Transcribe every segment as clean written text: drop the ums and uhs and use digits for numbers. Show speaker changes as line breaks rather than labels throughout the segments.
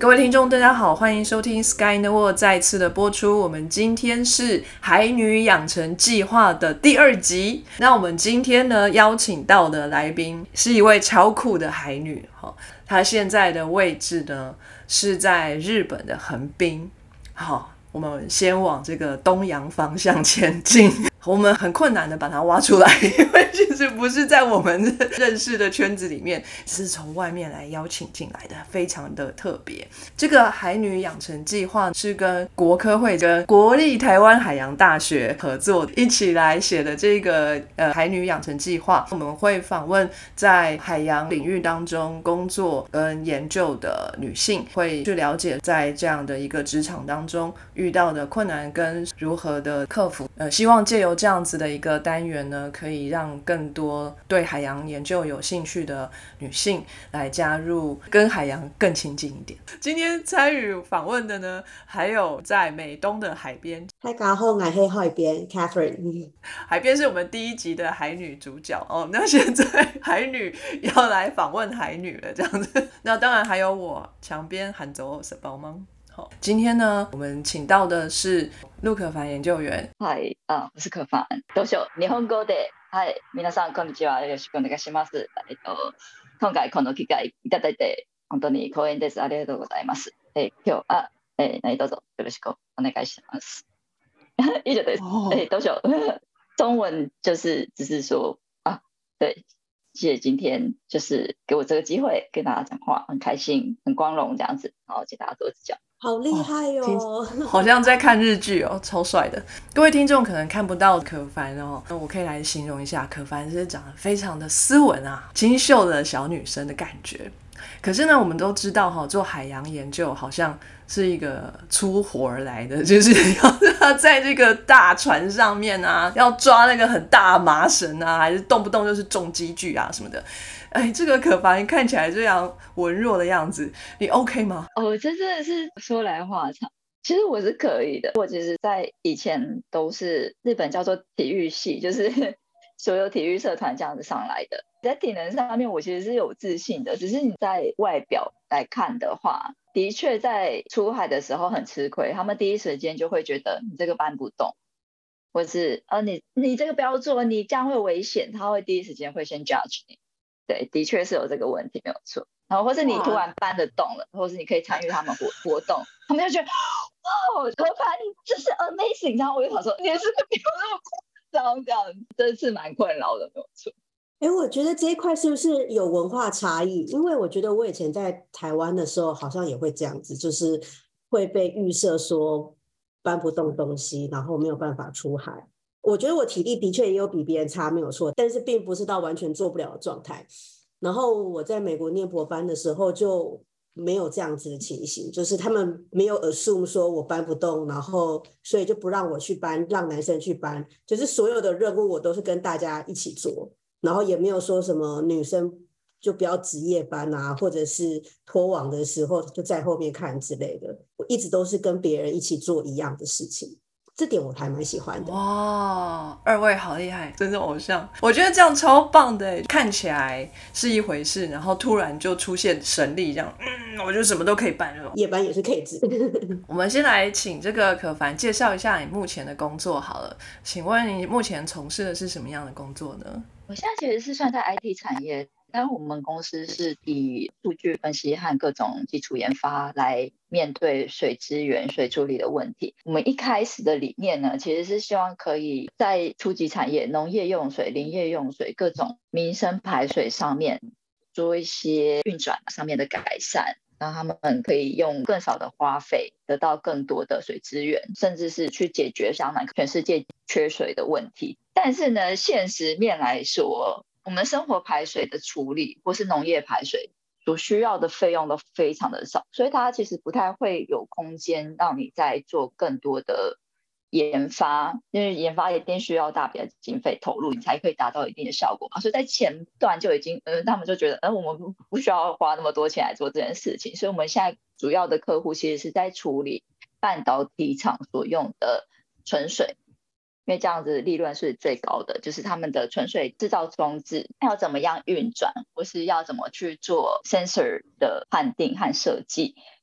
各位听众大家好，欢迎收听 Sky in the World 再次的播出。我们今天是海女养成计划的第2集。那我们今天呢邀请到的来宾是一位超酷的海女，她现在的位置呢是在日本的横滨。好，我们先往这个东洋方向前进。我们很困难的把它挖出来，因为其实不是在我们认识的圈子里面，是从外面来邀请进来的，非常的特别。这个海女养成计划是跟国科会跟国立台湾海洋大学合作一起来写的这个海女养成计划。我们会访问在海洋领域当中工作跟研究的女性，会去了解在这样的一个职场当中遇到的困难跟如何的克服。希望借由这样子的一个单元呢，可以让更多对海洋研究有兴趣的女性来加入，跟海洋更亲近一点。今天参与访问的呢，还有在美东的海边。
大家好，我係海邊 Catherine。
海边是我们第1集的海女主角哦。那现在海女要来访问海女了，这样子。那当然还有我墙边韩走是宝吗？好，今天呢，我们请到的是陆可凡研究员。
はい、我是可凡。どうしよう。日本語で、はい、皆さんこんにちは。よろしくお願いします。今回この機会いただいて本当に光栄です。ありがとうございます。今日は、何卒よろしくお願いします。以上です。どうしよう。中文就是只是说啊，对。谢谢今天就是给我这个机会跟大家讲话，很开心很光荣这样子，然后请大家多指教。
好厉害哦，
好像在看日剧哦，超帅的。各位听众可能看不到可凡哦，我可以来形容一下，可凡是长得非常的斯文啊，清秀的小女生的感觉。可是呢，我们都知道做海洋研究好像是一个粗活儿来的，就是要在这个大船上面啊，要抓那个很大的麻绳啊，还是动不动就是重机具啊什么的。这个可凡看起来这样文弱的样子，你 OK 吗？
真的是说来话长。其实我是可以的，我其实在以前都是日本叫做体育系，就是所有体育社团这样子上来的。在体能上面我其实是有自信的，只是你在外表来看的话，的确在出海的时候很吃亏，他们第一时间就会觉得你这个搬不动，或是你这个不要做，你这样会危险，他会第一时间会先 judge 你。对，的确是有这个问题，没有错。然后或是你突然搬得动了，或是你可以参与他们活动，他们就觉得哇，可凡这是 amazing。然后我就想说，你是不是没有那么夸张？这样真是蛮困扰的，没有错。
我觉得这一块是不是有文化差异？因为我觉得我以前在台湾的时候好像也会这样子，就是会被预设说搬不动东西，然后没有办法出海。我觉得我体力的确也有比别人差，没有错，但是并不是到完全做不了的状态。然后我在美国念博班的时候就没有这样子的情形，就是他们没有 assume 说我搬不动，然后所以就不让我去搬，让男生去搬，就是所有的任务我都是跟大家一起做，然后也没有说什么女生就不要值夜班啊，或者是拖网的时候就在后面看之类的，我一直都是跟别人一起做一样的事情，这点我还蛮喜欢的。
哇，2位好厉害，真是偶像。我觉得这样超棒的，看起来是一回事，然后突然就出现神力这样，我觉得什么都可以办这种。
夜班也是可以治。
我们先来请这个可凡介绍一下你目前的工作好了。请问你目前从事的是什么样的工作呢？
我现在其实是算在 IT 产业，但我们公司是以数据分析和各种基础研发来面对水资源、水处理的问题。我们一开始的理念呢，其实是希望可以在初级产业、农业用水、林业用水、各种民生排水上面做一些运转上面的改善，让他们可以用更少的花费得到更多的水资源，甚至是去解决像全世界缺水的问题。但是呢，现实面来说，我们生活排水的处理或是农业排水所需要的费用都非常的少，所以它其实不太会有空间让你再做更多的研发，因为研发一定需要大笔的经费投入，你才可以达到一定的效果嘛。所以在前段就已经他们就觉得我们不需要花那么多钱来做这件事情。所以我们现在主要的客户其实是在处理半导体厂所用的纯水，因为这样子利润是最高的，就是他们的纯水制造装置要怎么样运转，或是要怎么去做 sensor 的判定和设计，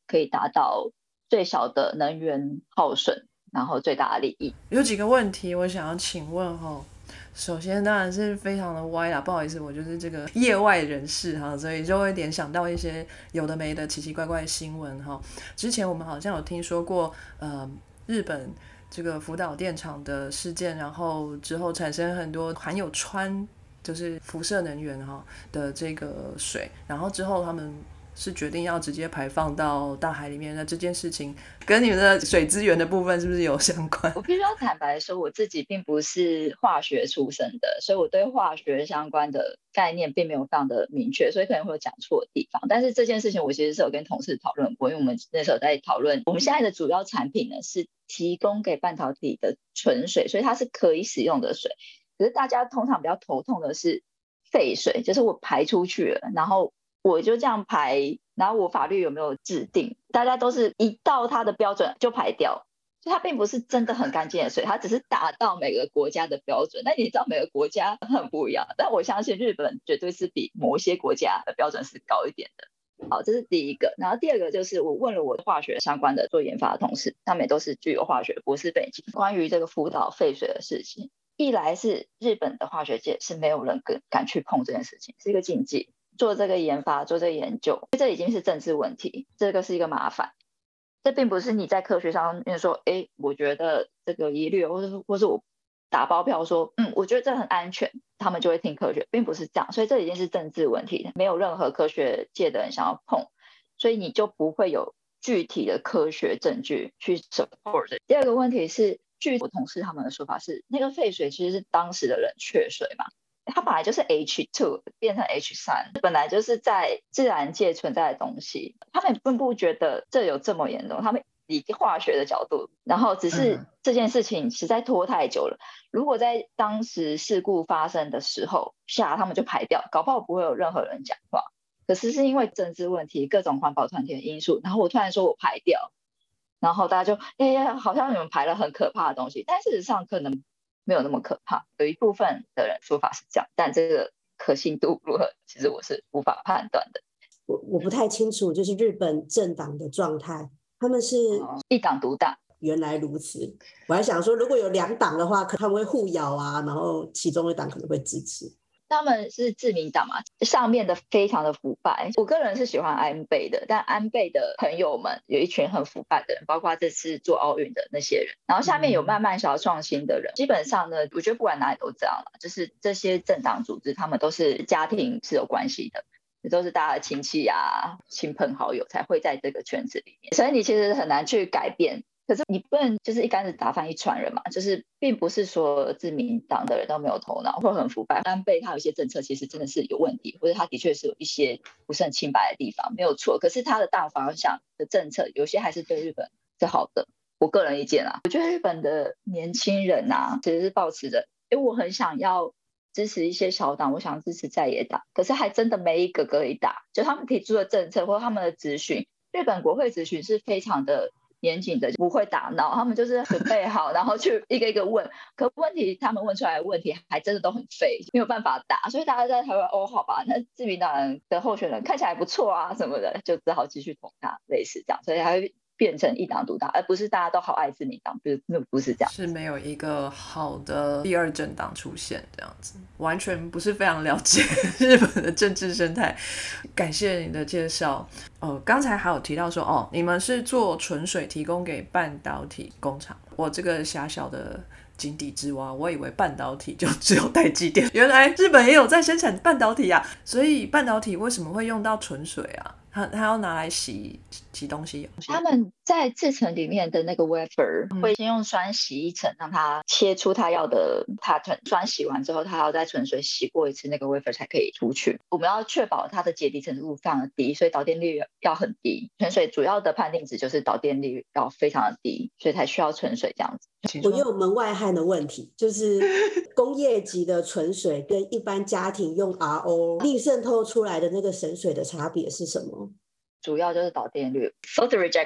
可以达到最小的能源耗损，然后最大的利益。
有几个问题我想要请问哈。首先当然是非常的歪啦，不好意思，我就是这个业外人士哈，所以就会联想到一些有的没的奇奇怪怪的新闻哈。之前我们好像有听说过日本这个福岛电厂的事件，然后之后产生很多含有氚就是辐射能源哈的这个水，然后之后他们是决定要直接排放到大海里面，那这件事情跟你们的水资源的部分是不是有相关？
我必须要坦白说，我自己并不是化学出身的，所以我对化学相关的概念并没有非常的明确，所以可能会有讲错的地方。但是这件事情我其实是有跟同事讨论过，因为我们那时候在讨论，我们现在的主要产品呢是提供给半导体的纯水，所以它是可以使用的水。可是大家通常比较头痛的是废水，就是我排出去了，然后我就这样排，然后我法律有没有制定？大家都是一到它的标准就排掉，所以它并不是真的很干净的水，它只是达到每个国家的标准。那你知道每个国家很不一样，但我相信日本绝对是比某些国家的标准是高一点的。好，这是第一个。然后第二个就是我问了我化学相关的做研发的同事，他们也都是具有化学博士背景，关于这个福岛废水的事情。一来是日本的化学界是没有人敢去碰这件事情，是一个禁忌。做这个研发做这个研究，这已经是政治问题，这个是一个麻烦。这并不是你在科学上面说我觉得这个疑虑，或是我打包票说我觉得这很安全，他们就会听科学，并不是这样。所以这已经是政治问题，没有任何科学界的人想要碰，所以你就不会有具体的科学证据去 support。 第二个问题是，据我同事他们的说法是，那个废水其实是当时的人缺水嘛，它本来就是 H2 变成 H3， 本来就是在自然界存在的东西，他们并不觉得这有这么严重，他们以化学的角度，然后只是这件事情实在拖太久了，如果在当时事故发生的时候他们就排掉，搞不好不会有任何人讲话。可是是因为政治问题，各种环保团体的因素，然后我突然说我排掉，然后大家就好像你们排了很可怕的东西，但事实上可能没有那么可怕。有一部分的人说法是这样，但这个可信度如何，其实我是无法判断的。
我不太清楚，就是日本政党的状态，他们是
一党独大。
原来如此，我还想说，如果有两党的话，可能他们会互咬啊，然后其中一党可能会支持。
他们是自民党嘛，上面的非常的腐败。我个人是喜欢安倍的，但安倍的朋友们有一群很腐败的人，包括这次做奥运的那些人，然后下面有慢慢想要创新的人。基本上呢，我觉得不管哪里都这样了，就是这些政党组织他们都是家庭是有关系的，也都是大家的亲戚啊、亲朋好友才会在这个圈子里面，所以你其实很难去改变。可是你不能就是一竿子打翻一船人嘛，就是并不是说自民党的人都没有头脑或很腐败。安倍他有一些政策其实真的是有问题，或者他的确是有一些不是很清白的地方，没有错。可是他的大方向的政策有些还是对日本是好的。我个人意见啦，我觉得日本的年轻人啊，其实是抱持着我很想要支持一些小党，我想支持在野党，可是还真的没一个可以打。就他们提出的政策或他们的质询，日本国会质询是非常的严谨的，不会打闹，他们就是准备好然后去一个一个问，可问题他们问出来的问题还真的都很废，没有办法打。所以大家在台湾好吧，那自民党的候选人看起来不错啊什么的，就只好继续投他，类似这样。所以还会变成一党独大，而不是大家都好爱自民党，不是这样，
是没有一个好的第二政党出现这样子，完全不是非常了解日本的政治生态。感谢你的介绍。刚才还有提到说你们是做纯水提供给半导体工厂，我这个狭小的井底之蛙，我以为半导体就只有台积电，原来日本也有在生产半导体啊。所以半导体为什么会用到纯水啊？它要拿来洗东西。
他们在制程里面的那个 wafer 会先用酸洗一层，让它切出它要的 pattern， 酸洗完之后它要再纯水洗过一次，那个 wafer 才可以出去。我们要确保它的结底程度非常的低，所以导电率要很低。纯水主要的判定值就是导电率要非常的低，所以才需要纯水这样子。
我有门外汉的问题，就是工业级的纯水跟一般家庭用 RO 逆渗透出来的那个省水的差别是什么？
主要就是导电率 photo rejection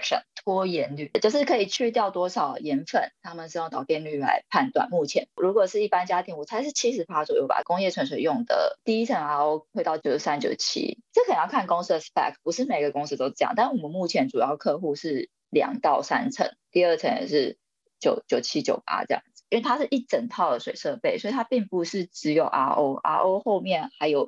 脱盐率，就是可以去掉多少盐分，他们是用导电率来判断。目前如果是一般家庭，我猜是70%左右吧，工业纯水用的第一层 RO 会到93、97，这可能要看公司的 spec， 不是每个公司都这样，但我们目前主要客户是2到3层，第二层也是97、98这样子，因为它是一整套的水设备，所以它并不是只有 RO 后面还有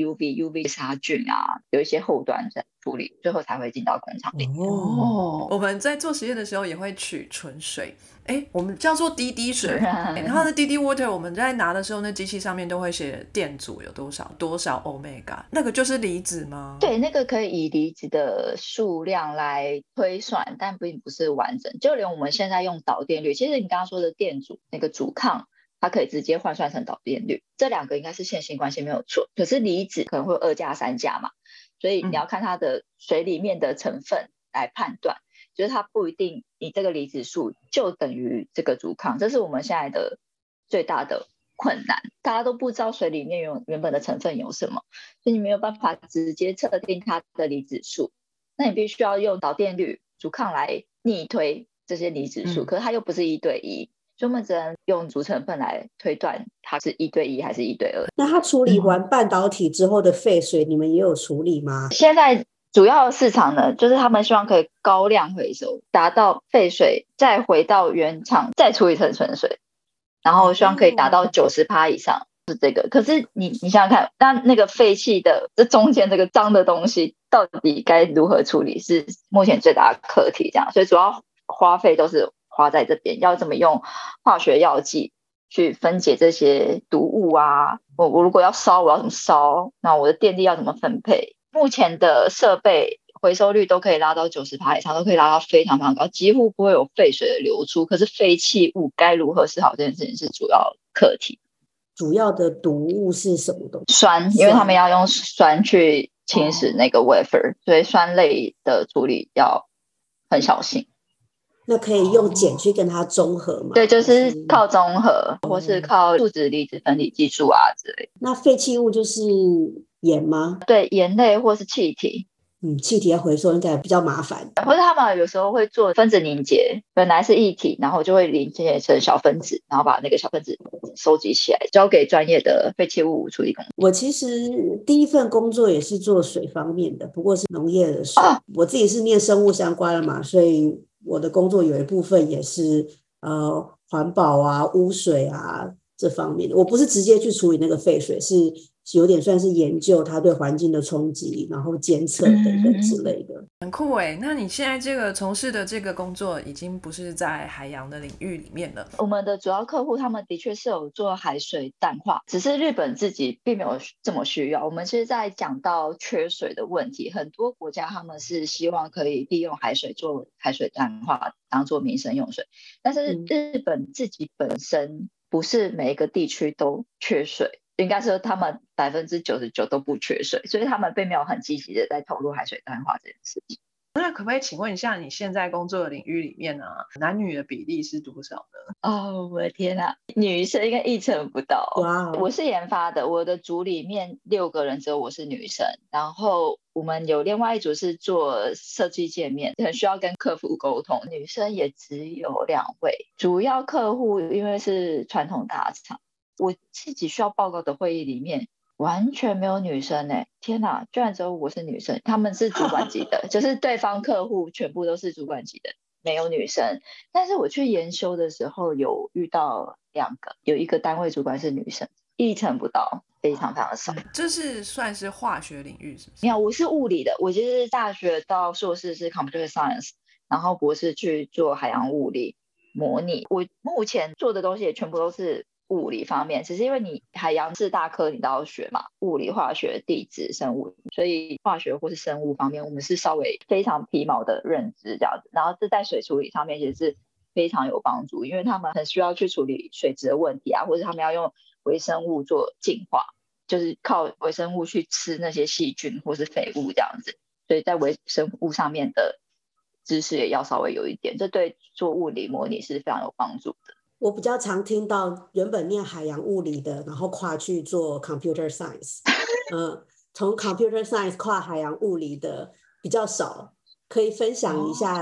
UV 杀菌啊，有一些后端在处理，最后才会进到工厂里。
我们在做实验的时候也会取纯水，我们叫做滴水，然后那滴 water 我们在拿的时候，那机器上面都会写电阻有多少 omega， 那个就是离子吗？
对，那个可以以离子的数量来推算，但并不是完整。就连我们现在用导电率，其实你刚刚说的电阻那个阻抗，它可以直接换算成导电率，这两个应该是线性关系没有错。可是离子可能会有2价3价嘛，所以你要看它的水里面的成分来判断，就是它不一定你这个离子数就等于这个阻抗，这是我们现在的最大的困难。大家都不知道水里面原本的成分有什么，所以你没有办法直接测定它的离子数，那你必须要用导电率、阻抗来逆推这些离子数，可是它又不是1对1，所以我们只能用主成分来推断它是1对1还是1对2。
那它处理完半导体之后的废水，你们也有处理吗？
现在主要的市场呢，就是他们希望可以高量回收，达到废水再回到原厂再处理成纯水，然后希望可以达到90%以上，是这个。可是你想想看，那个废气的这中间这个脏的东西到底该如何处理，是目前最大的课题。这样，所以主要花费都是花在这边，要怎么用化学药剂去分解这些毒物啊，我如果要烧，我要怎么烧，那我的电力要怎么分配。目前的设备回收率都可以拉到90%以上，都可以拉到非常非常高，几乎不会有废水的流出。可是废弃物该如何xử好这件事情是主要课题。
主要的毒物是什么东西？
酸，因为他们要用酸去侵蚀那个 wafer，所以酸类的处理要很小心。
那可以用碱去跟它中和吗？
对，就是靠中和，或是靠树脂离子分离技术啊之类的。
那废弃物就是盐吗？
对，盐类或是气体。
气体要回收应该比较麻烦，
或者他们有时候会做分子凝结，本来是液体，然后就会凝结成小分子，然后把那个小分子收集起来，交给专业的废弃物处理公司。
我其实第一份工作也是做水方面的，不过是农业的水。我自己是念生物相关的嘛，所以我的工作有一部分也是环保啊、污水啊这方面的。我不是直接去处理那个废水，是有点算是研究它对环境的冲击，然后监测等等之类的。
很酷耶。那你现在这个从事的这个工作已经不是在海洋的领域里面了。
我们的主要客户他们的确是有做海水淡化，只是日本自己并没有这么需要。我们是在讲到缺水的问题，很多国家他们是希望可以利用海水做海水淡化，当做民生用水，但是日本自己本身不是每一个地区都缺水，应该说他们99%都不缺水，所以他们并没有很积极的在投入海水淡化这件事情。
那可不可以请问一下，你现在工作的领域里面男女的比例是多少呢？
哦，我的天啊，女生应该1成不到。
哇，
我是研发的，我的组里面6个人只有我是女生，然后我们有另外一组是做设计界面，很需要跟客户沟通，女生也只有2位。主要客户因为是传统大厂，我自己需要报告的会议里面完全没有女生耶，天哪，居然只有我是女生。他们是主管级的就是对方客户全部都是主管级的，没有女生。但是我去研修的时候有遇到2个，有一个单位主管是女生，1成不到，非常非常的少。
这是算是化学领域是不是？
没有，我是物理的，我其实大学到硕士是 computer science， 然后博士去做海洋物理模拟。我目前做的东西也全部都是物理方面，只是因为你海洋4大科你都要学嘛，物理、化学、地质、生物，所以化学或是生物方面我们是稍微非常皮毛的认知这样子。然后这在水处理上面也是非常有帮助，因为他们很需要去处理水质的问题啊，或者他们要用微生物做净化，就是靠微生物去吃那些细菌或是废物这样子，所以在微生物上面的知识也要稍微有一点，这对做物理模拟是非常有帮助的。
我比较常听到原本念海洋物理的，然后跨去做 computer science 从 computer science 跨海洋物理的比较少，可以分享一下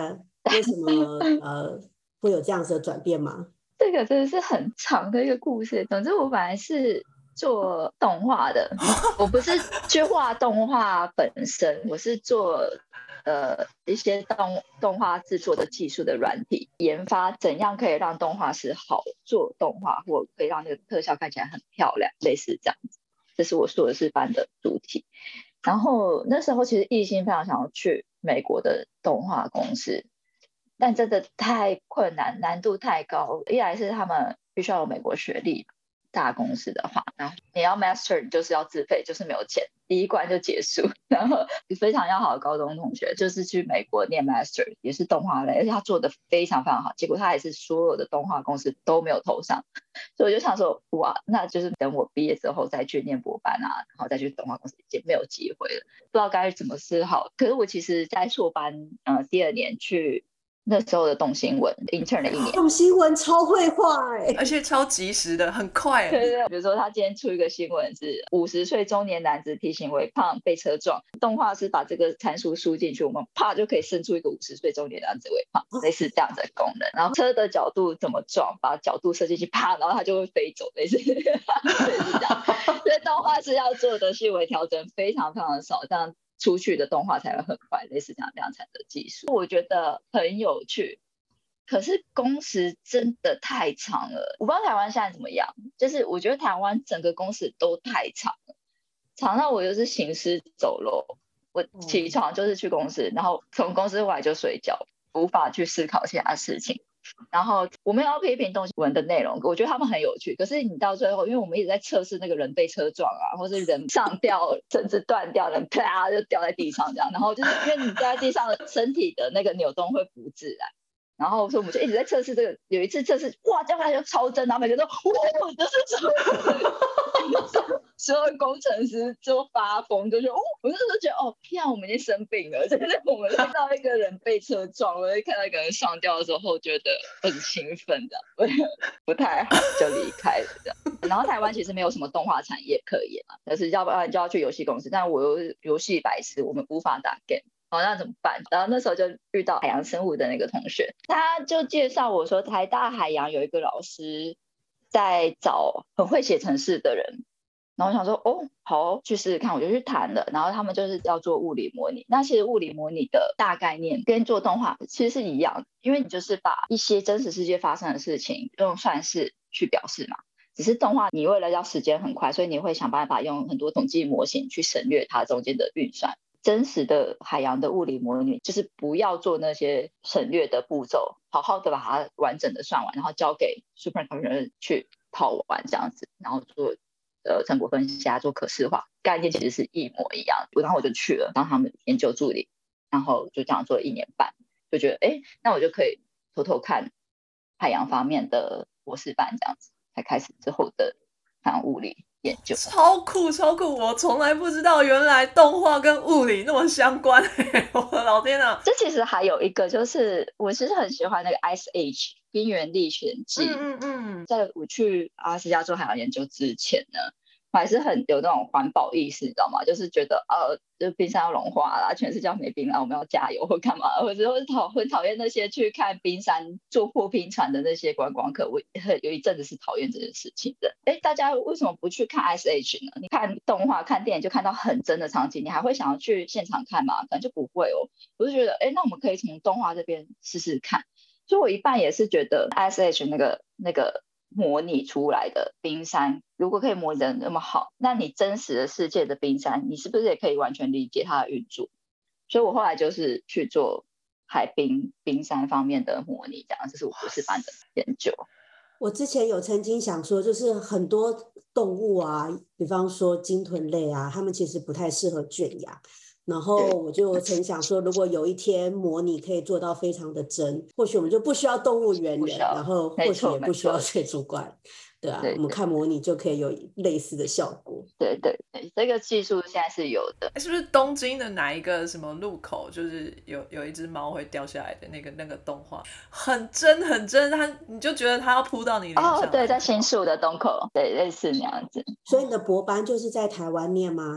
为什么会有这样子的转变吗？
这个真的是很长的一个故事。总之，我本来是做动画的，我不是去画动画本身，我是做一些动画制作的技术的软体研发，怎样可以让动画师好做动画，或可以让那个特效看起来很漂亮，类似这样子。这是我硕士班的主题。然后那时候其实一心非常想要去美国的动画公司，但真的太困难，难度太高。一来是他们必须要有美国学历，大公司的话，然后你要 master 你就是要自费，就是没有钱，第一关就结束。然后非常要好的高中同学就是去美国念 master， 也是动画类，而且他做的非常非常好，结果他也是所有的动画公司都没有投上。所以我就想说，哇，那就是等我毕业之后再去念博班啊，然后再去动画公司，已经没有机会了，不知道该怎么是好。可是我其实在硕班第2年去那时候的动新闻 intern 的1年，
动新闻超会画
而且超及时的，很快。
对对，比如说他今天出一个新闻是50岁中年男子体型微胖被车撞，动画师把这个参数输进去，我们啪就可以生出一个50岁中年男子微胖，类似这样的功能。然后车的角度怎么撞，把角度设进去，啪，然后它就会飞走，类似这样。所以动画师要做的细微调整非常非常的少，这样出去的动画才会很快，类似这样量产的技术，我觉得很有趣。可是工时真的太长了，我不知道台湾现在怎么样，就是我觉得台湾整个工时都太长了，长到我就是行尸走肉。我起床就是去公司，然后从公司回来就睡觉，无法去思考其他事情。然后我们要批评动新闻的内容，我觉得他们很有趣。可是你到最后，因为我们一直在测试那个人被车撞啊，或是人上吊，甚至断掉，人啪就掉在地上这样。然后就是因为你掉在地上的身体的那个扭动会不自然。然后所以我们就一直在测试这个，有一次测试，哇，掉下来就超真，然后每个人都哇，这是什么？所有工程师就发疯，就觉得哦，我那时候觉得哦，天啊，我们已经生病了。就是我们看到一个人被车撞，或者看到一个人上吊的时候，觉得很兴奋的，不太好就离开了这样。然后台湾其实没有什么动画产业可言嘛，但是要不然就要去游戏公司，但我又是游戏白痴，我们无法打 game。那怎么办？然后那时候就遇到海洋生物的那个同学，他就介绍我说，台大海洋有一个老师在找很会写程式的人。然后我想说，哦，好，去试试看，我就去谈了。然后他们就是要做物理模拟。那其实物理模拟的大概念跟做动画其实是一样的，因为你就是把一些真实世界发生的事情用算式去表示嘛。只是动画你为了要时间很快，所以你会想办法用很多统计模型去省略它中间的运算。真实的海洋的物理模拟就是不要做那些省略的步骤，好好的把它完整的算完，然后交给 supercomputer 去跑完这样子，然后做成果分析啊，做可视化，概念其实是一模一样。然后我就去了当他们研究助理，然后就这样做了1年半，就觉得那我就可以偷偷看海洋方面的博士班这样子，才开始之后的海洋物理研究。
超酷超酷，我从来不知道原来动画跟物理那么相关。我的老天啊！
这其实还有一个就是我其实很喜欢那个 Ice Age 边缘历险记。在我去阿拉斯加做海洋研究之前呢，我还是很有那种环保意识，你知道吗？就是觉得就冰山要融化啦，全世界没冰啦，我们要加油或干嘛？或者很讨厌那些去看冰山坐破冰船的那些观光客，我有一阵子是讨厌这件事情的。大家为什么不去看 Ice Age 呢？你看动画看电影就看到很真的场景，你还会想要去现场看吗？可能就不会哦。我就觉得那我们可以从动画这边试试看。所以我一半也是觉得 Ice Age 那个模拟出来的冰山，如果可以模拟的那么好，那你真实的世界的冰山，你是不是也可以完全理解它的运作？所以我后来就是去做海冰山方面的模拟，这样这是我博士班的研究。
我之前有曾经想说，就是很多动物啊，比方说鲸豚类啊，它们其实不太适合圈养。然后我就曾想说，如果有一天模拟可以做到非常的真，或许我们就不需要动物园人，然后或许也不需要水族馆，对啊，我们看模拟就可以有类似的效果。
对对对，这个技术现在是有的。
是不是东京的哪一个什么路口，就是有一只猫会掉下来的那个动画，很真很真，你就觉得它要扑到你脸上。
对，在新宿的东口，对，类似那样子。
所以你的博班就是在台湾念吗？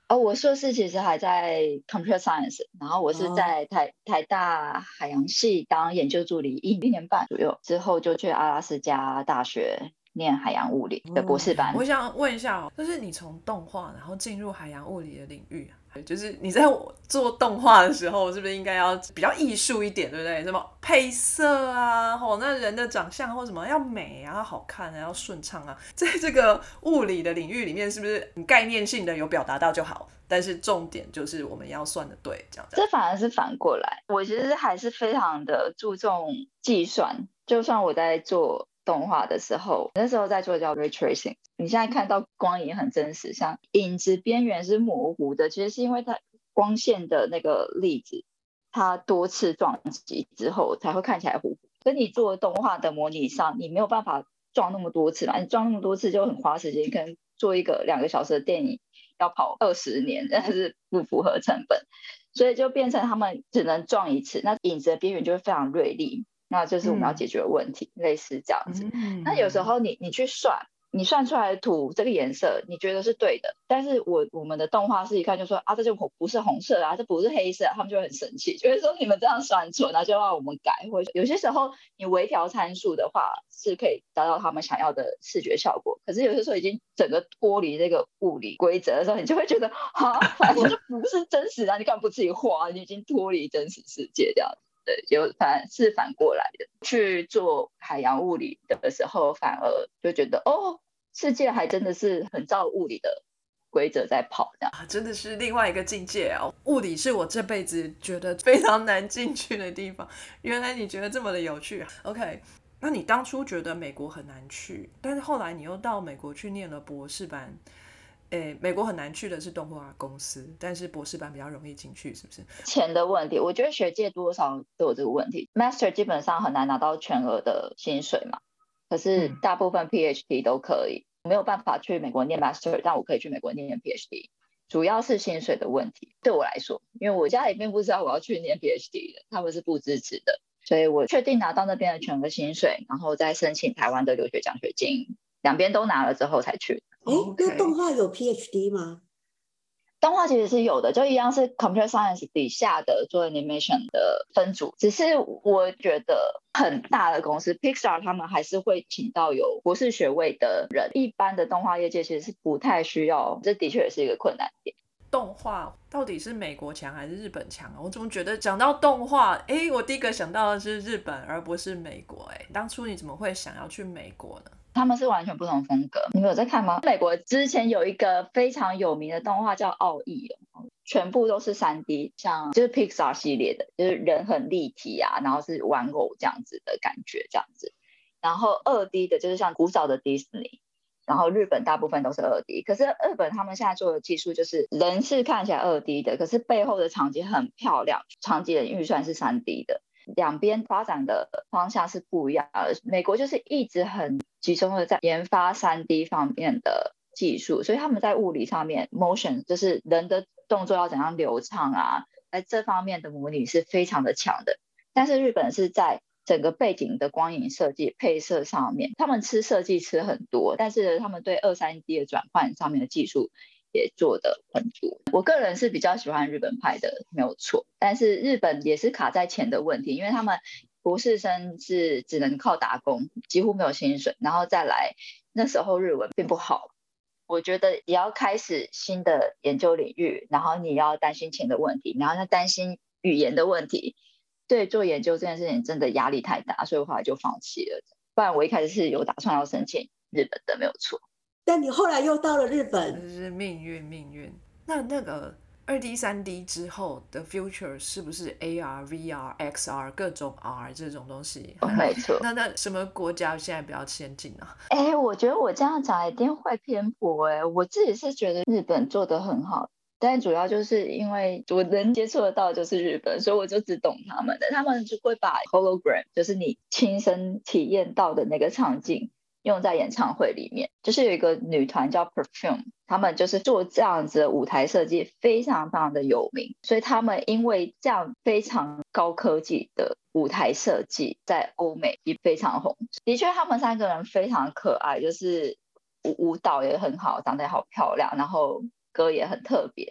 我硕士其实还在 Computer Science， 然后我是在台大海洋系当研究助理一年半左右，之后就去阿拉斯加大学念海洋物理的博士班。
我想问一下就是你从动画然后进入海洋物理的领域就是你在做动画的时候是不是应该要比较艺术一点，对不对？什么配色啊，那人的长相或什么要美啊，要好看啊，要顺畅啊，在这个物理的领域里面是不是概念性的有表达到就好，但是重点就是我们要算的对，这样。
这反而是反过来，我其实还是非常的注重计算，就算我在做动画的时候，那时候在做叫 ray tracing， 你现在看到光影很真实，像影子边缘是模糊的，其实是因为它光线的那个粒子它多次撞击之后才会看起来糊糊，跟你做动画的模拟上你没有办法撞那么多次嘛，你撞那么多次就很花时间，可能做一个2个小时的电影要跑20年，但是不符合成本，所以就变成他们只能撞一次，那影子的边缘就会非常锐利，那就是我们要解决的问题，类似这样子。那有时候你去算，你算出来的图这个颜色你觉得是对的，但是我们的动画师一看就说这就不是红色啊，这不是黑色他们就会很生气，就会说你们这样算错，然后就让我们改，或者有些时候你微调参数的话是可以达到他们想要的视觉效果，可是有些时候已经整个脱离这个物理规则的时候，你就会觉得反正就不是真实啊，你干嘛不自己画，你已经脱离真实世界这样子。对，就反过来的，去做海洋物理的时候反而就觉得世界还真的是很照物理的规则在跑，这样
真的是另外一个境界物理是我这辈子觉得非常难进去的地方，原来你觉得这么的有趣OK， 那你当初觉得美国很难去，但是后来你又到美国去念了博士班。美国很难去的是动画公司，但是博士班比较容易进去，是不是？
钱的问题，我觉得学界多少都有这个问题。Master 基本上很难拿到全额的薪水嘛，可是大部分 PhD 都可以。没有办法去美国念 Master， 但我可以去美国念 PhD， 主要是薪水的问题。对我来说，因为我家里并不知道我要去念 PhD 的，他们是不支持的，所以我确定拿到那边的全额薪水，然后再申请台湾的留学奖学金，两边都拿了之后才去。
那动画有 PhD 吗？
动画其实是有的，就一样是 Computer Science 底下的做 Animation 的分组，只是我觉得很大的公司 Pixar 他们还是会请到有博士学位的人，一般的动画业界其实是不太需要，这的确也是一个困难点。
动画到底是美国强还是日本强我怎么觉得讲到动画我第一个想到的是日本而不是美国当初你怎么会想要去美国呢？
他们是完全不同风格，你们有在看吗？美国之前有一个非常有名的动画叫奥义，全部都是 3D， 像就是 Pixar 系列的，就是人很立体啊，然后是玩偶这样子的感觉这样子，然后2D 的就是像古早的 Disney， 然后日本大部分都是2D， 可是日本他们现在做的技术就是人是看起来2D 的，可是背后的场景很漂亮，场景的预算是 3D 的，两边发展的方向是不一样的。美国就是一直很集中的在研发 3D 方面的技术，所以他们在物理上面 motion 就是人的动作要怎样流畅啊，在这方面的模拟是非常的强的。但是日本是在整个背景的光影设计配色上面，他们吃设计吃很多，但是他们对2、3D 的转换上面的技术也做得很多。我个人是比较喜欢日本派的，没有错，但是日本也是卡在钱的问题，因为他们博士生是只能靠打工，几乎没有薪水，然后再来那时候日文并不好，我觉得也要开始新的研究领域，然后你要担心钱的问题，然后要担心语言的问题，对做研究这件事情真的压力太大，所以我后来就放弃了。不然我一开始是有打算要申请日本的，没有错。
但你后来又到了日本，
这是命运。那个2D 3D 之后的 future 是不是 AR VR XR 各种 R 这种东西？
没错。
那什么国家现在比较先进啊？
我觉得我这样讲一定会偏颇我自己是觉得日本做得很好，但主要就是因为我能接触得到就是日本，所以我就只懂他们的，他们就会把 hologram 就是你亲身体验到的那个场景用在演唱会里面，就是有一个女团叫 Perfume， 他们就是做这样子的舞台设计非常非常的有名，所以他们因为这样非常高科技的舞台设计在欧美也非常红。的确他们3个人非常可爱，就是舞蹈也很好，长得也好漂亮，然后歌也很特别，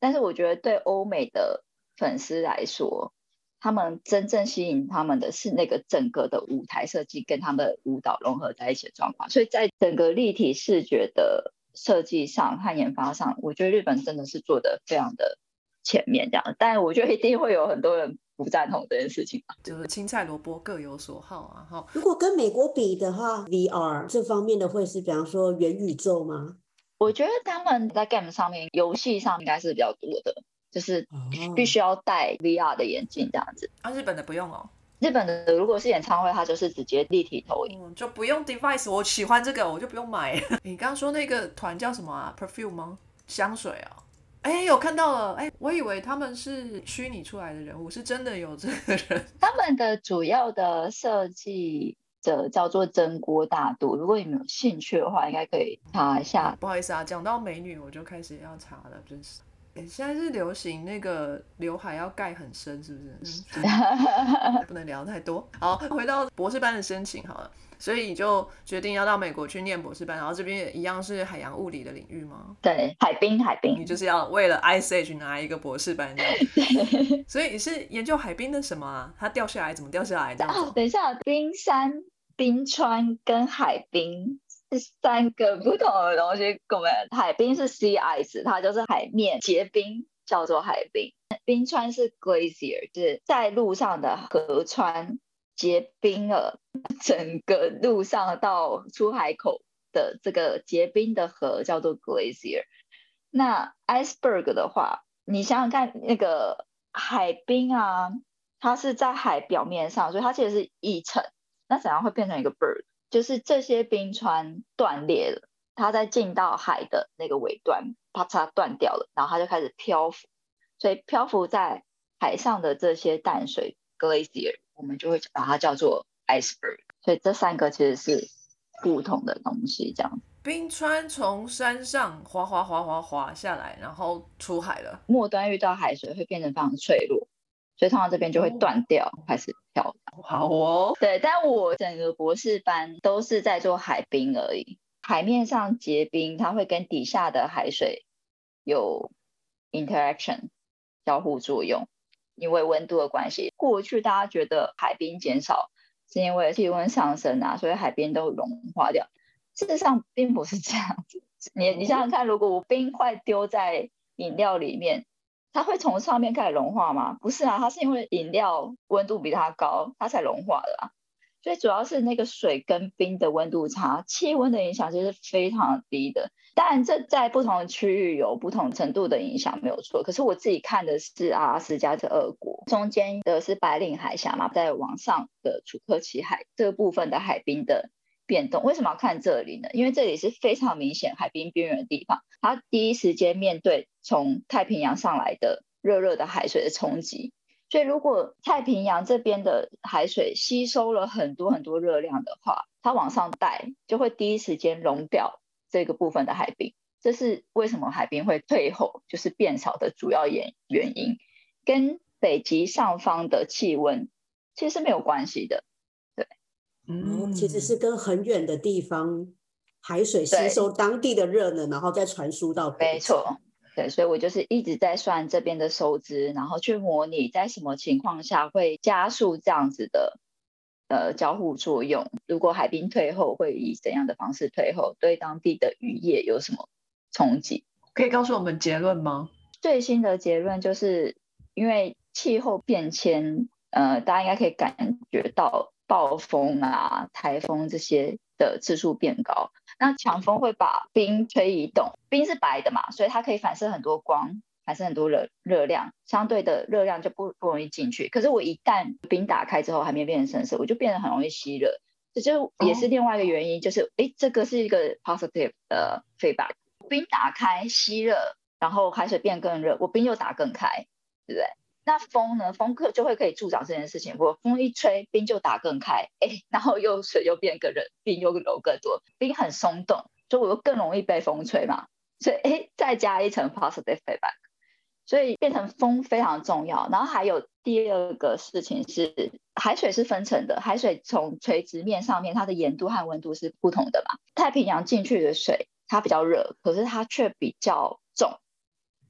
但是我觉得对欧美的粉丝来说，他们真正吸引他们的是那个整个的舞台设计跟他们的舞蹈融合在一起的状况，所以在整个立体视觉的设计上和研发上，我觉得日本真的是做得非常的前面这样，但我觉得一定会有很多人不赞同这件事情嘛，
就是青菜萝卜各有所好啊。哈，
如果跟美国比的话，VR 这方面的会是比方说元宇宙吗？
我觉得他们在 game 上面、游戏上应该是比较多的，就是必须
哦，
要戴 VR 的眼镜这样子。
日本的不用哦。
日本的如果是演唱会，它就是直接立体投影，
就不用 device， 我喜欢这个我就不用买。你刚刚说那个团叫什么啊 ？Perfume 吗？香水啊？有看到了。我以为他们是虚拟出来的人物，是真的有这个人。
他们的主要的设计者叫做真锅大度，如果你们有兴趣的话，应该可以查一下。
不好意思啊，讲到美女我就开始要查了，真是。现在是流行那个刘海要盖很深，是不是？不能聊太多。好，回到博士班的申请好了。所以你就决定要到美国去念博士班，然后这边也一样是海洋物理的领域吗？
对，海滨。
你就是要为了 Ice Age 拿一个博士班这样。所以你是研究海滨的什么啊？它掉下来怎么掉下来这样子？
等一下，冰山、冰川跟海冰是三个不同的东西。我们海冰是 sea ice， 它就是海面结冰，叫做海冰。冰川是 glacier， 就是在路上的河川结冰了，整个路上到出海口的这个结冰的河叫做 glacier。那 iceberg 的话，你想想看，那个海冰啊，它是在海表面上，所以它其实是一层。那怎样会变成一个 berg？ 就是这些冰川断裂了，它在进到海的那个尾端，啪嚓断掉了，然后它就开始漂浮。所以漂浮在海上的这些淡水 glacier， 我们就会把它叫做 iceberg。所以这三个其实是不同的东西，这样。
冰川从山上滑滑滑滑滑下来，然后出海了。
末端遇到海水会变成非常脆弱，所以通常这边就会断掉，开始漂。
好哦。
对，但我整个博士班都是在做海冰而已。海面上结冰，它会跟底下的海水有 interaction 交互作用，因为温度的关系。过去大家觉得海冰减少是因为气温上升啊，所以海边都融化掉。事实上并不是这样子。你想想看，如果我冰块丢在饮料里面，它会从上面开始融化吗？不是啊，它是因为饮料温度比它高，它才融化的啊。所以主要是那个水跟冰的温度差，气温的影响其实是非常低的。当然这在不同的区域有不同程度的影响，没有错。可是我自己看的是阿拉斯加这2国，中间的是白令海峡嘛，在往上的楚科奇海这个部分的海冰的变动。为什么要看这里呢？因为这里是非常明显海冰边缘的地方，它第一时间面对从太平洋上来的热热的海水的冲击。所以如果太平洋这边的海水吸收了很多很多热量的话，它往上带就会第一时间溶掉这个部分的海冰。这是为什么海冰会退后，就是变少的主要原因，跟北极上方的气温其实是没有关系的。对，
其实是跟很远的地方海水吸收当地的热能，然后再传输到北极。
没错。对，所以我就是一直在算这边的收支，然后去模拟在什么情况下会加速这样子的交互作用。如果海冰退后，会以怎样的方式退后？对当地的渔业有什么冲击？
可以告诉我们结论吗？
最新的结论就是因为气候变迁，大家应该可以感觉到暴风啊、台风这些的次数变高。那强风会把冰吹移动，冰是白的嘛，所以它可以反射很多光，反射很多热量，相对的热量就不容易进去。可是我一旦冰打开之后，海面变成深色，我就变得很容易吸热。这就也是另外一个原因，就是这个是一个 positive 的 feedback。冰打开吸热，然后海水变更热，我冰又打更开，对不对？那风呢？风就会可以助长这件事情。我风一吹，冰就打更开，然后水又变更热，冰又流更多，冰很松动，所以我又更容易被风吹嘛。所以再加一层 positive feedback， 所以变成风非常重要。然后还有第二个事情是，海水是分层的，海水从垂直面上面，它的盐度和温度是不同的嘛。太平洋进去的水它比较热，可是它却比较重。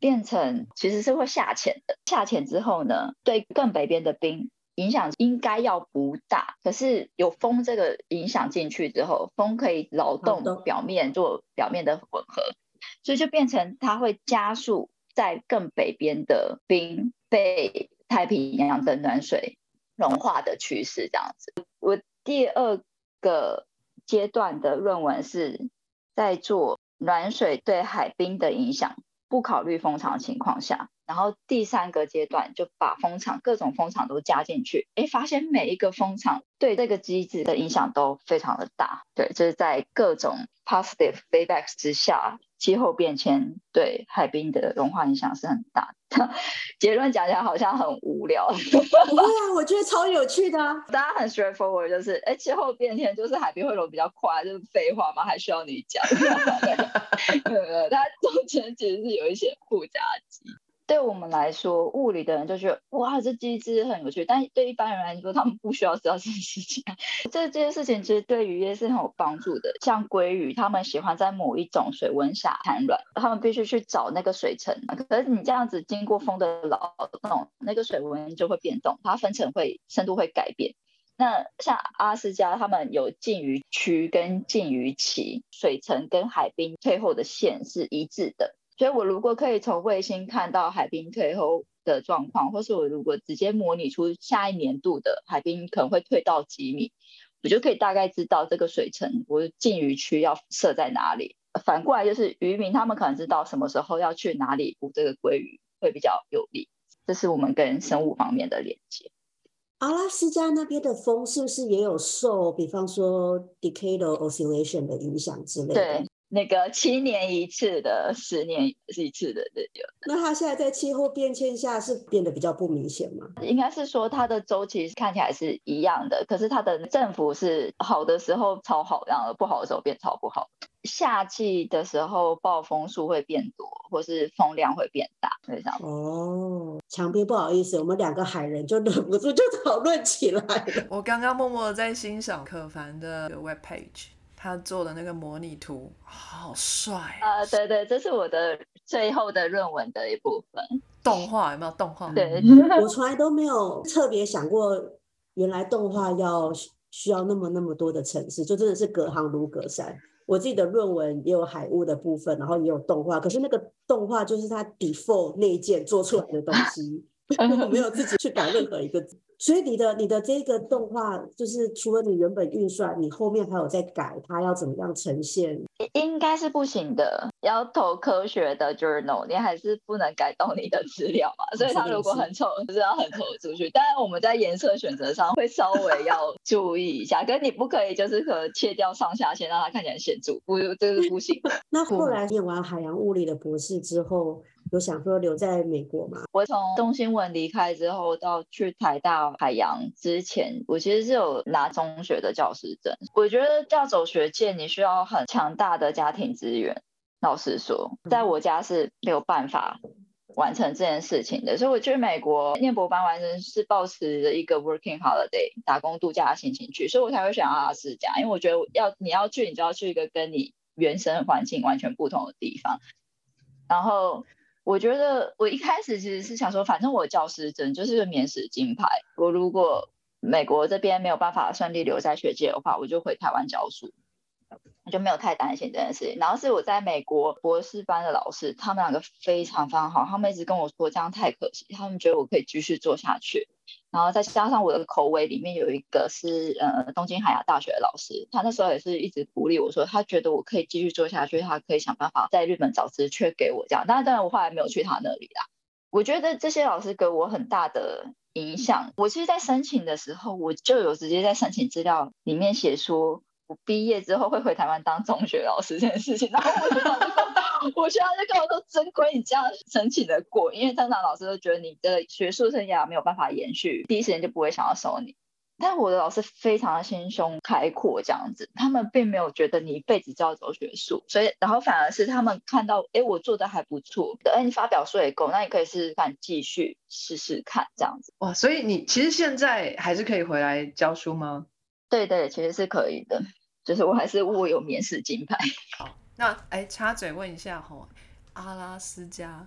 变成其实是会下潜的。下潜之后呢，对更北边的冰影响应该要不大，可是有风这个影响进去之后，风可以劳动表面做表面的混合，所以就变成它会加速在更北边的冰被太平洋的暖水融化的趋势这样子。我第二个阶段的论文是在做暖水对海冰的影响，不考虑风场的情况下，然后第三个阶段就把风场各种风场都加进去，发现每一个风场对这个机制的影响都非常的大。对，就是在各种 positive feedback 之下，气候变迁对海冰的融化影响是很大的。结论讲起来好像很无聊。
不会啊，我觉得超有趣的啊。
大家很 straightforward， 就是气候变迁就是海冰会融比较快，就是废话嘛，还需要你讲？它中间其实是有一些附加机。对我们来说，物理的人就觉得哇，这机制很有趣，但对一般人来说，他们不需要知道这件事情。这件事情其实对渔业是很有帮助的。像鲑鱼，他们喜欢在某一种水温下产卵，他们必须去找那个水层。可是你这样子经过风的劳动，那个水温就会变动，它分层深度会改变。那像阿拉斯加，他们有禁渔区跟禁渔期，水层跟海冰退后的线是一致的。所以我如果可以从卫星看到海冰退后的状况，或是我如果直接模拟出下一年度的海冰可能会退到几米，我就可以大概知道这个水层我禁渔区要设在哪里。反过来就是渔民他们可能知道什么时候要去哪里捕这个鲑鱼会比较有利。这是我们跟生物方面的连接。
阿拉斯加那边的风是不是也有受比方说 decadal oscillation 的影响之类的？
对，那个7年一次的10年一次的
那它现在在气候变迁下是变得比较不明显吗？
应该是说它的周期看起来是一样的，可是它的振幅是好的时候超好，然后不好的时候变超不好。夏季的时候暴风数会变多，或是风量会变大。
哦，强编不好意思，我们2个海人就忍不住就讨论起来了。
我刚刚默默的在欣赏可凡的 webpage， 他做的那个模拟图好帅
对对，这是我的最后的论文的一部分。
动画有没有动画？
对，
我从来都没有特别想过，原来动画需要那么多的程式，就真的是隔行如隔山。我自己的论文也有海雾的部分，然后也有动画，可是那个动画就是它 default 内建做出来的东西，我没有自己去改任何一个字。所以你的这个动画，就是除了你原本运算，你后面还有在改它要怎么样呈现？
应该是不行的，要投科学的 journal， 你还是不能改动你的资料嘛。所以它如果很丑，就是要很丑出去。当然我们在颜色选择上会稍微要注意一下，可是你不可以就是可切掉上下线，让它看起来显著，不，这是不行的。
那后来念完海洋物理的博士之后，有想说留在美国吗？
我从中新闻离开之后，到去台大海洋之前，我其实是有拿中学的教师证。我觉得要走学界，你需要很强大的家庭资源。老实说，在我家是没有办法完成这件事情的，所以我去美国念博班完全是抱持着一个 working holiday 打工度假的心情去，所以我才会选阿拉斯加，因为我觉得你要去，你就要去一个跟你原生环境完全不同的地方。然后我觉得我一开始其实是想说，反正我教师证就是个免死金牌，我如果美国这边没有办法顺利留在学界的话，我就回台湾教书，我就没有太担心这件事情。然后是我在美国博士班的老师，他们2个非常非常好，他们一直跟我说这样太可惜，他们觉得我可以继续做下去。然后再加上我的口尾里面有一个是东京海洋大学的老师，他那时候也是一直鼓励我说，他觉得我可以继续做下去，他可以想办法在日本找职缺给我这样。当然我后来没有去他那里啦。我觉得这些老师给我很大的影响。我其实在申请的时候，我就有直接在申请资料里面写说我毕业之后会回台湾当中学老师这件事情。然后我学校就跟我说，真亏你这样申请的过，因为通常老师都觉得你的学术生涯没有办法延续，第一时间就不会想要收你。但我的老师非常的心胸开阔这样子，他们并没有觉得你一辈子就要走学术，所以然后反而是他们看到我做的还不错，你发表说也够，那你可以试试看，继续试试看这样子。
哇，所以你其实现在还是可以回来教书吗？
对对，其实是可以的，就是我还是握有免死金牌。
好，那插嘴问一下阿拉斯加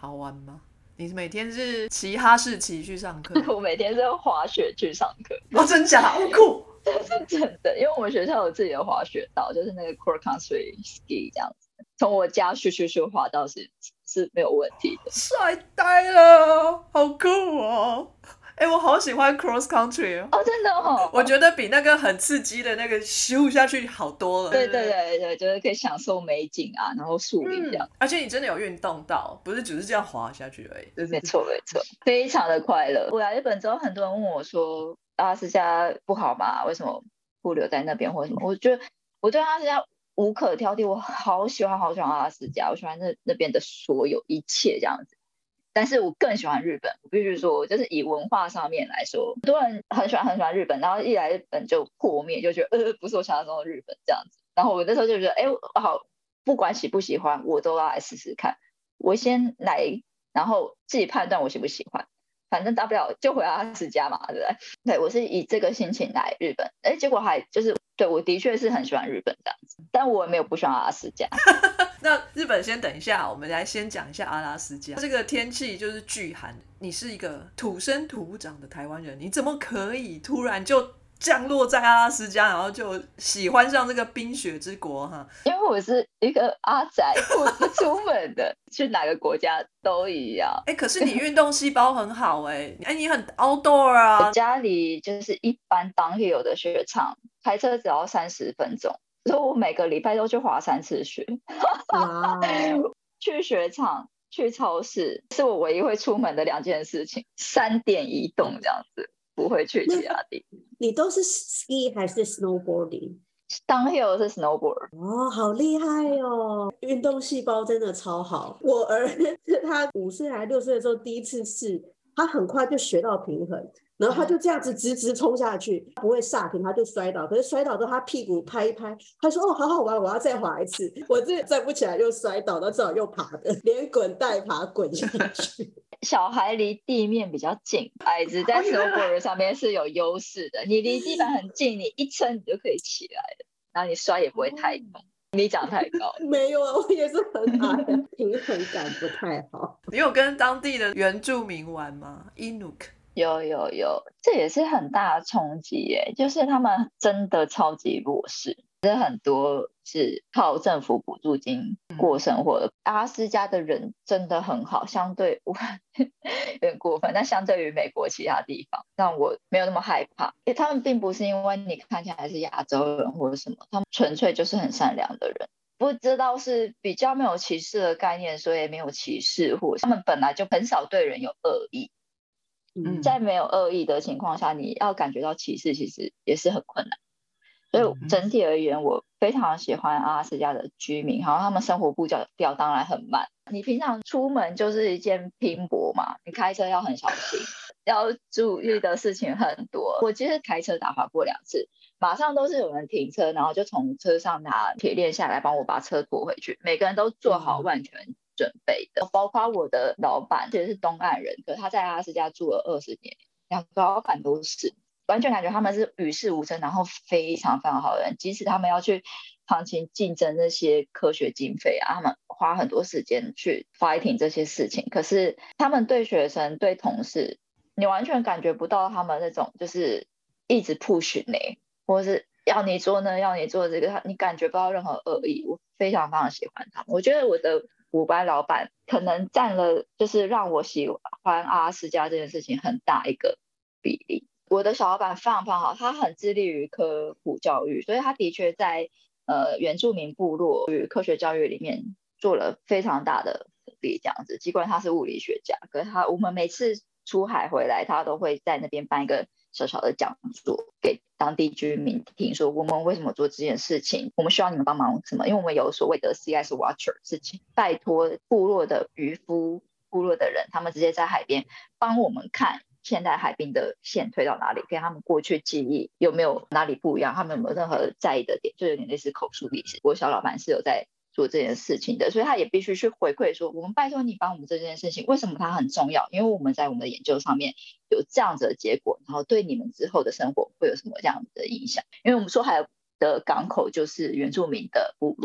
好玩吗？你每天是骑哈士奇去上课？
我每天是滑雪去上课。
哦，真假？好酷！
这是真的，因为我们学校有自己的滑雪道，就是那个 cross country ski 这样子，从我家咻滑到是没有问题的。
帅呆了，好酷哦！我好喜欢 cross country
哦，真的哦，
我觉得比那个很刺激的那个咻下去好多了。
对，就是可以享受美景啊，然后树林这样。
而且你真的有运动到，不是只是这样滑下去而已。
没错，非常的快乐。我来日本之后，很多人问我说阿拉斯加不好吗？为什么不留在那边或什么？我觉得我对阿拉斯加无可挑剔，我好喜欢阿拉斯加，我喜欢那边的所有一切这样子。但是我更喜欢日本，我必须说，就是以文化上面来说，很多人很喜欢日本，然后一来日本就破灭，就觉得不是我想象中的日本这样子。然后我那时候就觉得，好，不管喜不喜欢，我都要来试试看。我先来，然后自己判断我喜不喜欢，反正大不了就回阿拉斯加嘛，对不对？对，我是以这个心情来日本，结果还就是对我的确是很喜欢日本这样子，但我没有不喜欢阿拉斯加。
那日本先等一下，我们来先讲一下阿拉斯加。这个天气就是巨寒，你是一个土生土长的台湾人，你怎么可以突然就降落在阿拉斯加，然后就喜欢上这个冰雪之国哈？
因为我是一个阿宅，我不出门的，去哪个国家都一样。
可是你运动细胞很好你很 outdoor 啊。
我家里就是一般downhill的雪场，开车只要30分钟，所以我每个礼拜都去滑3次雪。
哇，
去雪场、去超市是我唯一会出门的2件事情，3点移动这样子，不会去其他地方。
你都是 ski 还是 snowboarding？
downhill 是 snowboard。
哦，好厉害哦！运动细胞真的超好。我儿子他5岁还6岁的时候第一次试，他很快就学到平衡，然后他就这样子直冲下去，不会刹停，他就摔倒。可是摔倒之后，他屁股拍一拍，他说：“哦，好好玩，我要再滑一次。”我这站不起来又摔倒，那只好又爬的，连滚带爬滚下去。
小孩离地面比较近，矮子在 snowboard 上面是有优势的。你离地板很近，你一撑你就可以起来了，然后你摔也不会太痛。你长太高。
没有啊，我也是很矮，平衡感不太好。
你有跟当地的原住民玩吗？ Inuk？
有，这也是很大的冲击耶，就是他们真的超级弱势，很多是靠政府补助金过生活的。阿拉斯加的人真的很好，相对我有点过分，但相对于美国其他地方，让我没有那么害怕。因为他们并不是因为你看起来是亚洲人或者什么，他们纯粹就是很善良的人。不知道是比较没有歧视的概念，所以没有歧视，或者他们本来就很少对人有恶意。在没有恶意的情况下，你要感觉到歧视其实也是很困难。所以整体而言，我非常喜欢阿拉斯加的居民，好像他们生活步调当然很慢。你平常出门就是一件拼搏嘛，你开车要很小心，要注意的事情很多。我其实开车打滑过2次，马上都是有人停车，然后就从车上拿铁链下来帮我把车拖回去，每个人都做好万全准备的。包括我的老板其实是东岸人，可是他在阿拉斯加住了20年，2个老板都是，完全感觉他们是与世无争，然后非常好的人。即使他们要去长期竞争那些科学经费啊，他们花很多时间去 fighting 这些事情，可是他们对学生对同事，你完全感觉不到他们那种就是一直 push 你，或是要你做呢，要你做这个，你感觉不到任何恶意。我非常喜欢他们。我觉得我的5班老板可能占了就是让我喜欢阿拉斯加这件事情很大一个比例。我的小老板非常好，他很致力于科普教育，所以他的确在原住民部落与科学教育里面做了非常大的努力这样子。尽管他是物理学家，可是我们每次出海回来，他都会在那边办一个小小的讲座给当地居民听，说我们为什么做这件事情，我们需要你们帮忙什么。因为我们有所谓的 CS Watcher 事情，拜托部落的渔夫、部落的人，他们直接在海边帮我们看现在海滨的线推到哪里，给他们过去记忆有没有哪里不一样，他们有没有任何在意的点，就有点类似口述历史。我小老板是有在做这件事情的，所以他也必须去回馈说，我们拜托你帮我们这件事情，为什么它很重要？因为我们在我们的研究上面有这样子的结果，然后对你们之后的生活会有什么这样子的影响。因为我们说海的港口就是原住民的部落，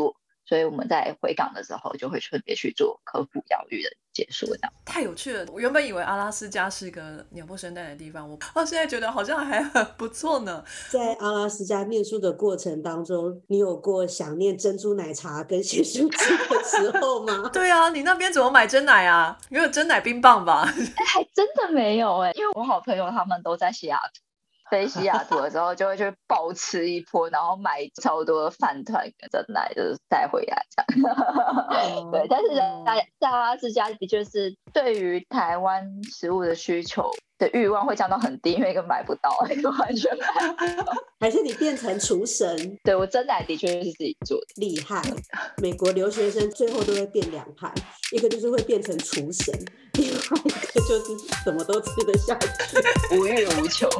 所以我们在回港的时候就会顺便去做科普教育的解说，这样。
太有趣了！我原本以为阿拉斯加是个鸟不生蛋的地方，我现在觉得好像还很不错呢。
在阿拉斯加念书的过程当中，你有过想念珍珠奶茶跟咸酥鸡的时候吗？
对啊，你那边怎么买真奶啊？你有真奶冰棒吧？
还真的没有因为我好朋友他们都在西雅图。飞西雅图的时候就会去暴吃一波，然后买超多的饭团跟真奶，就是带回来这样。对，但是在阿拉斯加的确是对于台湾食物的需求的欲望会降到很低，因为根本买不到，完全买不到。
还是你变成厨神？
对，我真奶的确是自己做的，
厉害。美国留学生最后都会变两派，一个就是会变成厨神，另外一个就是什么都吃得下去，
无欲无求。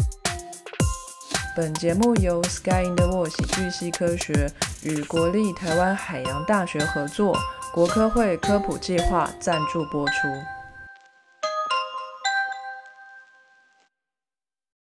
本节目由 Sky in the World 喜剧系科学与国立台湾海洋大学合作，国科会科普计划赞助播出。